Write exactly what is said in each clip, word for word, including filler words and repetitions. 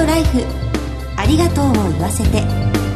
ライフ、ありがとうを言わせて。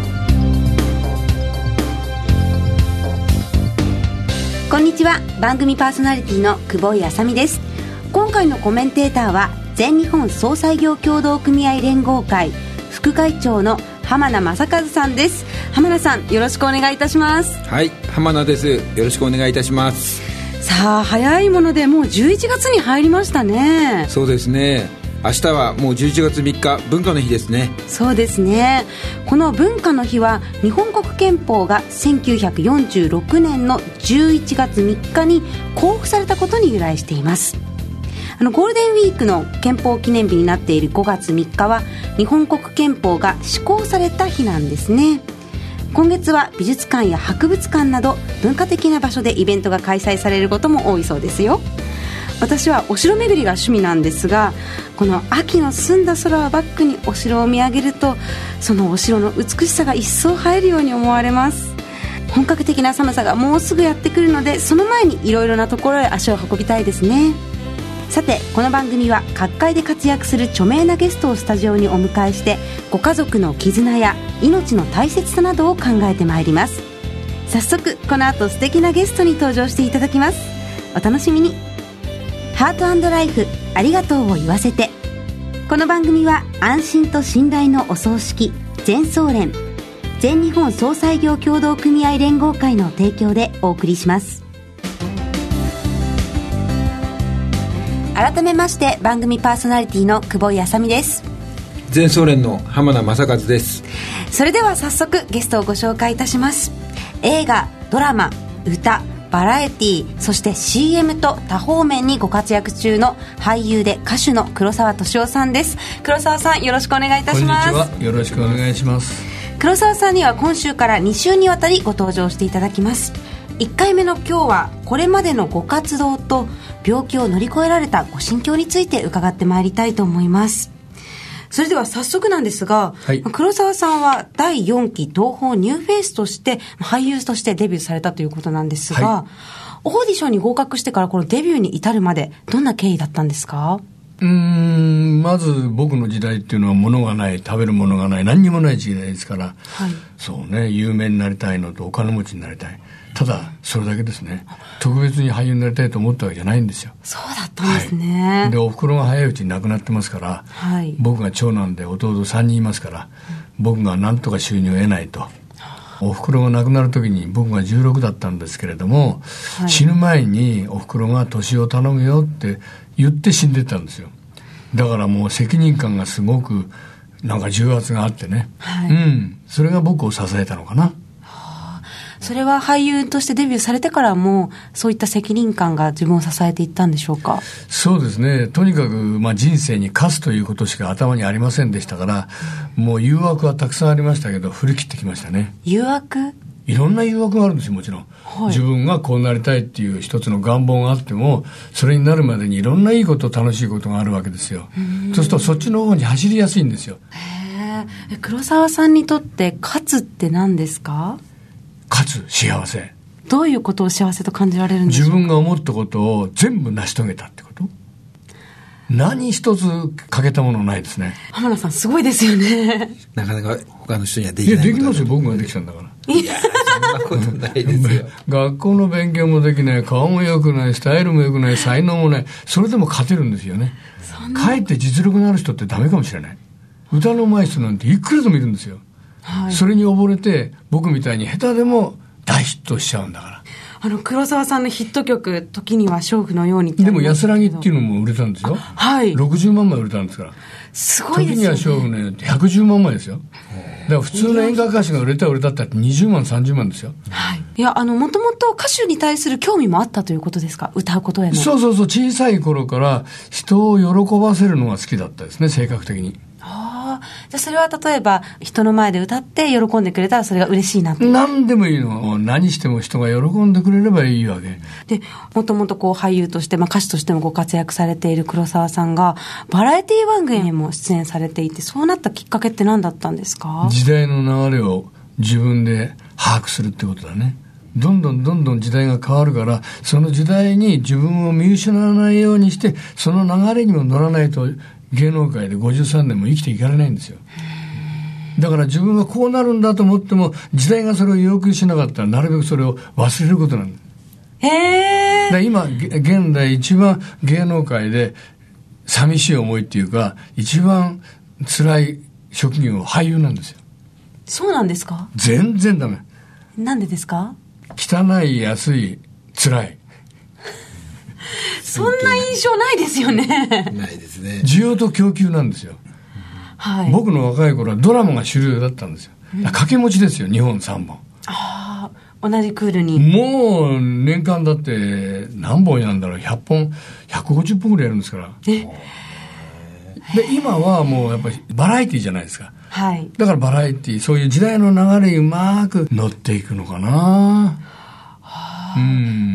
こんにちは、番組パーソナリティの久保井あさみです。今回のコメンテーターは全日本総裁業協同組合連合会副会長の浜名正和さんです。浜名さん、よろしくお願いいたします。 はい、浜名です。よろしくお願いいたします。 さあ、早いものでもうじゅういちがつに入りましたね。 そうですね、明日はもうじゅういちがつみっか、文化の日ですね。 そうですね。この文化の日は日本国憲法がせんきゅうひゃくよんじゅうろくねんのじゅういちがつみっかに公布されたことに由来しています。あのゴールデンウィークの憲法記念日になっているごがつみっかは日本国憲法が施行された日なんですね。今月は美術館や博物館など文化的な場所でイベントが開催されることも多いそうですよ。私はお城巡りが趣味なんですが、この秋の澄んだ空をバックにお城を見上げると、そのお城の美しさが一層映えるように思われます。本格的な寒さがもうすぐやってくるので、その前にいろいろなところへ足を運びたいですね。さて、この番組は各界で活躍する著名なゲストをスタジオにお迎えして、ご家族の絆や命の大切さなどを考えてまいります。早速この後素敵なゲストに登場していただきます。お楽しみに。ハート&ライフ、ありがとうを言わせて。この番組は安心と信頼のお葬式全総連、全日本総裁業協同組合連合会の提供でお送りします。改めまして、番組パーソナリティの久保井あさみです。 全総連の浜名正和です。 それでは早速ゲストをご紹介いたします。映画、ドラマ、歌、バラエティ、そして シーエム と多方面にご活躍中の俳優で歌手の黒沢敏夫さんです。黒沢さん、よろしくお願いいたします。 こんにちは、よろしくお願いします。 黒沢さんには今週からに週にわたりご登場していただきます。いっかいめの今日はこれまでのご活動と病気を乗り越えられたご心境について伺ってまいりたいと思います。それでは早速なんですが、はい、黒沢さんはだいよんき東宝ニューフェイスとして俳優としてデビューされたということなんですが、はい、オーディションに合格してからこのデビューに至るまでどんな経緯だったんですか？ うーんまず僕の時代っていうのは物がない、食べるものがない、何にもない時代ですから、はい、そうね、有名になりたいのとお金持ちになりたい、ただそれだけですね。特別に俳優になりたいと思ったわけじゃないんですよ。 そうだったんですね、 はい、でお袋が早いうちに亡くなってますから、はい、僕が長男で弟さんにんいますから、うん、僕が何とか収入を得ないと。お袋が亡くなる時に僕がじゅうろくだったんですけれども、はい、死ぬ前にお袋が年を頼むよって言って死んでったんですよ。だからもう責任感がすごくなんか重圧があってね、はい、うん、それが僕を支えたのかな。 それは俳優としてデビューされてからもそういった責任感が自分を支えていったんでしょうか？ そうですね、とにかく、まあ、人生に勝つということしか頭にありませんでしたから、もう誘惑はたくさんありましたけど振り切ってきましたね。 誘惑？ いろんな誘惑があるんですよ、もちろん、はい、自分がこうなりたいっていう一つの願望があっても、それになるまでにいろんないいこと、楽しいことがあるわけですよ。そうするとそっちの方に走りやすいんですよ。 へー。黒沢さんにとって勝つって何ですか？ かつ幸せ。 どういうことを幸せと感じられるんでしょうか？ 自分が思ったことを全部成し遂げたってこと。何一つ欠けたものないですね。 浜田さんすごいですよね。 なかなか他の人にはできない。 いや、できますよ、僕ができたんだから。 いや、そんなことないですよ。 学校の勉強もできない、顔も良くない、スタイルも良くない、才能もない、それでも勝てるんですよね。かえって実力のある人ってダメかもしれない。歌の上手い人なんていくらでもいるんですよ。はい、それに溺れて僕みたいに下手でも大ヒットしちゃうんだから。 あの黒沢さんのヒット曲時には勝負のようにでも安らぎっていうのも売れたんですよ。はい、ろくじゅうまんまい売れたんですから。 すごいですよね。 時には勝負のようにひゃくじゅうまんまいですよ。だから普通の演歌歌手が売れた売れたってにじゅうまんさんじゅうまんですよ。 はい、いや、あのもともと歌手に対する興味もあったということですか？歌うことへの。 そうそうそう、小さい頃から人を喜ばせるのが好きだったですね、性格的に。 あ、じゃあそれは例えば人の前で歌って喜んでくれたらそれが嬉しいなって。 何でもいいの。何しても人が喜んでくれればいいわけで、もともとこう俳優として、まあ、歌手としてもご活躍されている黒沢さんがバラエティ番組にも出演されていて、そうなったきっかけって何だったんですか？ 時代の流れを自分で把握するってことだね。どんどんどんどん時代が変わるから、その時代に自分を見失わないようにして、その流れにも乗らないと芸能界でごじゅうさんねんも生きていかれないんですよ。だから自分はこうなるんだと思っても時代がそれを要求しなかったらなるべくそれを忘れることなんです。 へー。 だ今現代一番芸能界で寂しい思いっていうか一番辛い職業は俳優なんですよ。 そうなんですか？ 全然ダメ。 なんでですか？ 汚い、安い、辛い。 そんな印象ないですよね。 ないですね。 需要と供給なんですよ。 はい、 僕の若い頃はドラマが主流だったんですよ。掛け持ちですよ、にほんさんぼん。 ああ、同じクールに。 もう年間だって何本やるんだろう、ひゃっぽん、ひゃくごじゅっぽんぐらいやるんですから。 えで今はもうやっぱりバラエティじゃないですか。 はい。 だからバラエティ、そういう時代の流れにうまく乗っていくのかな。 うん、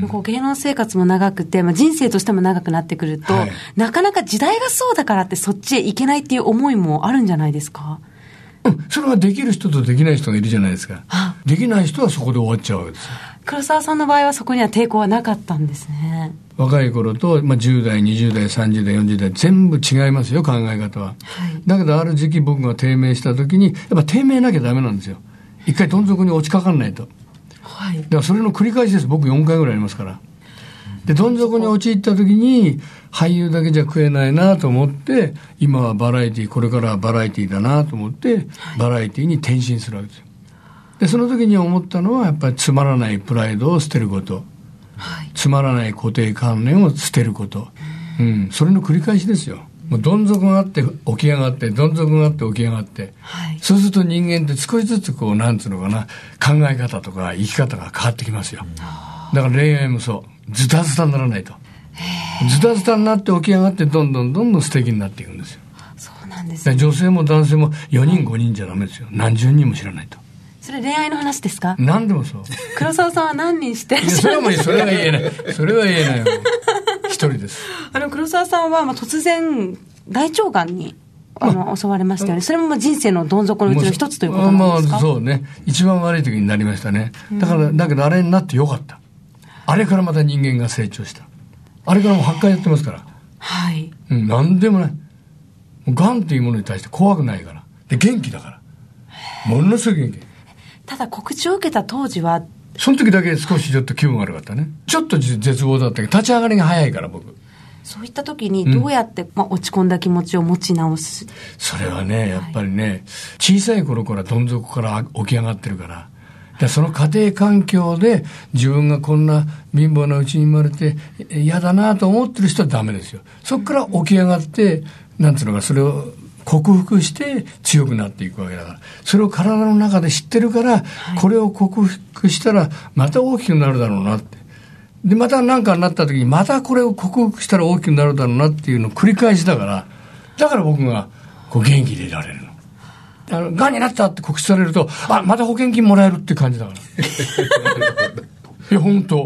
こう芸能生活も長くて、まあ、人生としても長くなってくると、はい、なかなか時代がそうだからってそっちへ行けないっていう思いもあるんじゃないですか？ うん、それはできる人とできない人がいるじゃないですか。できない人はそこで終わっちゃうわけですよ。 黒沢さんの場合はそこには抵抗はなかったんですね。 若い頃と、まあ、じゅう代、にじゅう代、さんじゅう代、よんじゅう代全部違いますよ、考え方は、はい、だけどある時期僕が低迷した時にやっぱ低迷なきゃダメなんですよ。一回どん底に落ちかかんないと。はい、だからそれの繰り返しです。僕よんかいぐらいありますから。でどん底に陥った時に俳優だけじゃ食えないなと思って、今はバラエティ、これからはバラエティだなと思って、はい、バラエティに転身するわけですよ。でその時に思ったのはやっぱりつまらないプライドを捨てること、はい、つまらない固定観念を捨てること、うん、それの繰り返しですよ。もうどん底があって起き上がってどん底があって起き上がって、はい、そうすると人間って少しずつこうなんつうのかな、考え方とか生き方が変わってきますよ。だから恋愛もそうズタズタにならないと、ズタズタになって起き上がってどんどんどんどん素敵になっていくんですよ。 そうなんですね。 女性も男性もよにんごにんじゃダメですよ。何十人も知らないと。 それ恋愛の話ですか？ 何でもそう。 黒沢さんは何人してらっしゃるんですか？ それは言えないそれは言えない一人です。 あの黒沢さんはまあ突然大腸がんにあの、まあ、襲われましたよね。それもまあ人生のどん底のうちの一つということなんですか？ まあ、そうね、一番悪い時になりましたね。だからだけどあれになってよかった。あれからまた人間が成長した。あれからもうはちかいやってますから。 はい、 うん、何でもない。がんっていうものに対して怖くないから。で元気だから、ものすごい元気。 ただ告知を受けた当時はその時だけ少しちょっと気分が悪かったね。ちょっと絶望だったけど立ち上がりが早いから僕。 そういった時にどうやって、うん、まあ、落ち込んだ気持ちを持ち直す？ それはねやっぱりね、はい、小さい頃からどん底から起き上がってるから、でその家庭環境で自分がこんな貧乏なうちに生まれて嫌だなと思ってる人はダメですよ。そこから起き上がってなんつうのか、それを克服して強くなっていくわけだから、それを体の中で知ってるから、はい、これを克服したらまた大きくなるだろうなって、でまた何かになった時にまたこれを克服したら大きくなるだろうなっていうのを繰り返しだから、だから僕がこう元気でいられるの。あのがんになったって告知されると、あまた保険金もらえるって感じだからいや本当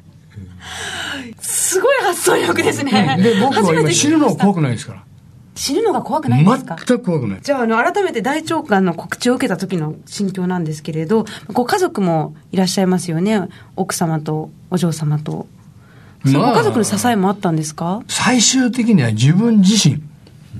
すごい発想力ですね。 で僕は今死ぬのは怖くないですから。 死ぬのが怖くないですか？ 全く怖くない。 じゃあ、あの改めて大腸がんの告知を受けた時の心境なんですけれど、ご家族もいらっしゃいますよね。奥様とお嬢様と、そのご家族の支えもあったんですか？ 最終的には自分自身、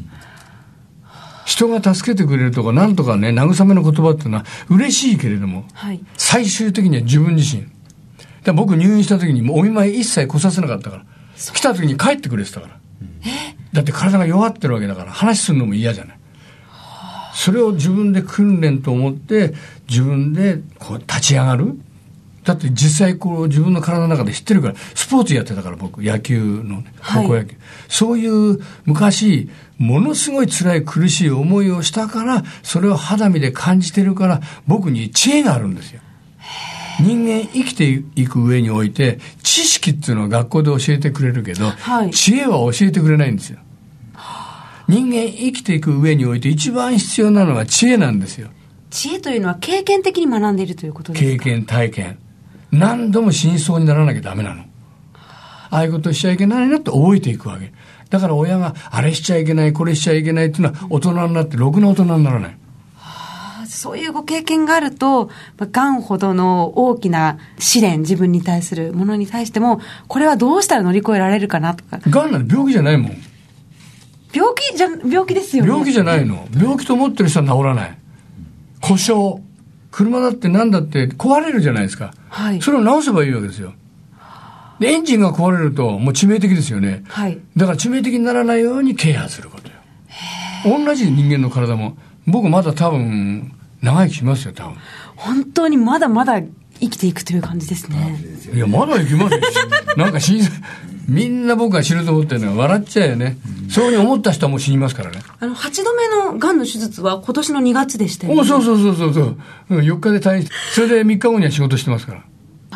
人が助けてくれるとかなんとかね、慰めの言葉っていうのは嬉しいけれども、はい、最終的には自分自身だ。僕入院した時にもうお見舞い一切来させなかったから、来た時に帰ってくれてたから、えだって体が弱ってるわけだから話するのも嫌じゃない。それを自分で訓練と思って自分でこう立ち上がる。だって実際こう自分の体の中で知ってるから、スポーツやってたから僕、野球の、ね、高校野球、はい、そういう昔ものすごい辛い苦しい思いをしたから、それを肌身で感じてるから、僕に知恵があるんですよ。人間生きていく上において知識っていうのは学校で教えてくれるけど、はい、知恵は教えてくれないんですよ。人間生きていく上において一番必要なのは知恵なんですよ。 知恵というのは経験的に学んでいるということですか？ 経験体験、何度も死にそうにならなきゃダメなの。ああいうことしちゃいけないなって覚えていくわけだから、親があれしちゃいけないこれしちゃいけないっていうのは大人になってろくな大人にならない。 そういうご経験があると、がんほどの大きな試練、自分に対するものに対しても、これはどうしたら乗り越えられるかなとか。 がんなんて病気じゃないもん。 病気じゃ病気ですよね。 病気じゃないの。病気と思ってる人は治らない。故障、車だって何だって壊れるじゃないですか、はい、それを直せばいいわけですよ。でエンジンが壊れるともう致命的ですよね、はい、だから致命的にならないようにケアすることよ。同じ人間の体も僕まだ多分長生きしますよ。多分本当にまだまだ生きていくという感じですね。 いやまだ生きますよなんか死にみんな僕が死ぬと思ってるのは笑っちゃうよね、うん、そういうふうに思った人はもう死にますからね。 あのはちどめのがんの手術は今年のにがつでしたよね。 おそうそうそうそうそう、うん、よっかで退院して、それでみっかごには仕事してますから、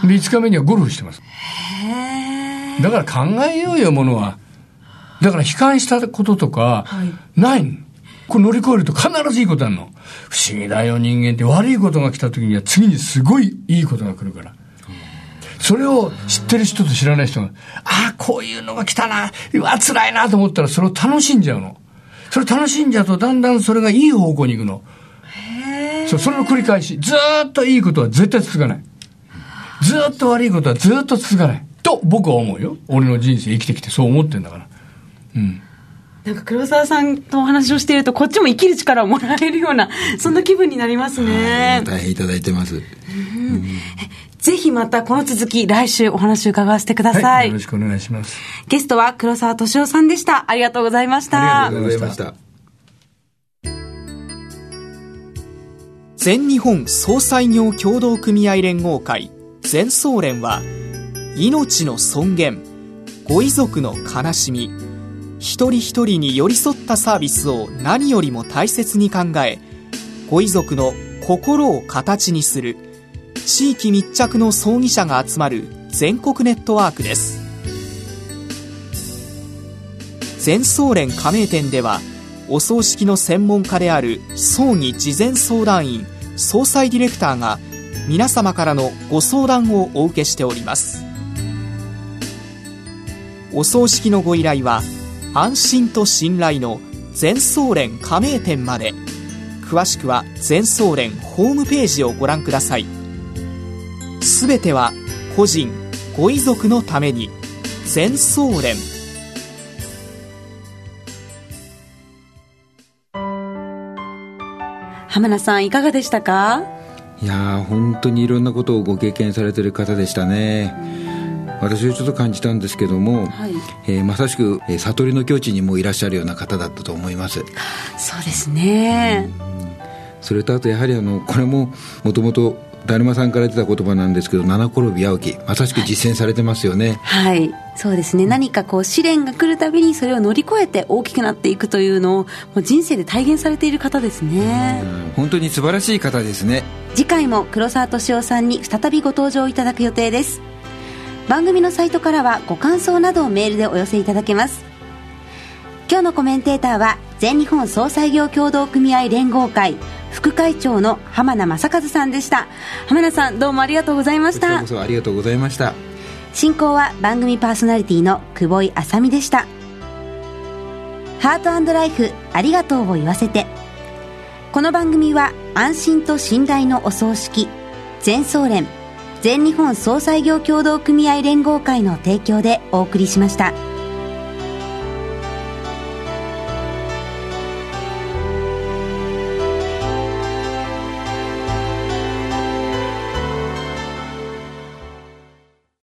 でいつかめにはゴルフしてます。へだから考えようよものは。だから悲観したこととか、はい、ないの。これ乗り越えると必ずいいことあるの。不思議だよ人間って。悪いことが来た時には次にすごいいいことが来るから、それを知ってる人と知らない人が、ああこういうのが来たな、うわ辛いなと思ったらそれを楽しんじゃうの。それ楽しんじゃうとだんだんそれがいい方向に行くの。へそうそれの繰り返し。ずーっといいことは絶対続かない。ずーっと悪いことはずーっと続かないと僕は思うよ。俺の人生生きてきてそう思ってんだから。うんなんか黒沢さんとお話をしているとこっちも生きる力をもらえるようなそんな気分になりますね。 大変いただいてます、うんうん、ぜひまたこの続き来週お話を伺わせてください、はい、 よろしくお願いします。 ゲストは黒沢敏夫さんでした。ありがとうございました。 ありがとうございました。 全日本総裁業協同組合連合会全総連は命の尊厳、ご遺族の悲しみ、一人一人に寄り添ったサービスを何よりも大切に考え、ご遺族の心を形にする地域密着の葬儀社が集まる全国ネットワークです。全総連加盟店ではお葬式の専門家である葬儀事前相談員総裁ディレクターが皆様からのご相談をお受けしております。お葬式のご依頼は安心と信頼の全総連加盟店まで。詳しくは全総連ホームページをご覧ください。すべては個人ご遺族のために。全総連。 浜名さんいかがでしたか？ いや本当にいろんなことをご経験されている方でしたね。私はちょっと感じたんですけども、はいえー、まさしく、えー、悟りの境地にもいらっしゃるような方だったと思います。 そうですね。 それとあとやはりあのこれももともとだるまさんから出た言葉なんですけど、七転び八起き、まさしく実践されてますよね。 はい、はい、そうですね。何かこう試練が来るたびにそれを乗り越えて大きくなっていくというのをもう人生で体現されている方ですね。 本当に素晴らしい方ですね。 次回も黒沢敏夫さんに再びご登場いただく予定です。番組のサイトからはご感想などをメールでお寄せいただけます。今日のコメンテーターは全日本総裁業協同組合連合会副会長の浜名正和さんでした。浜名さんどうもありがとうございました。 こちらこそありがとうございました。 進行は番組パーソナリティの久保井あさみでした。ハート&ライフありがとうを言わせて。この番組は安心と信頼のお葬式全総連全日本総裁業協同組合連合会の提供でお送りしました。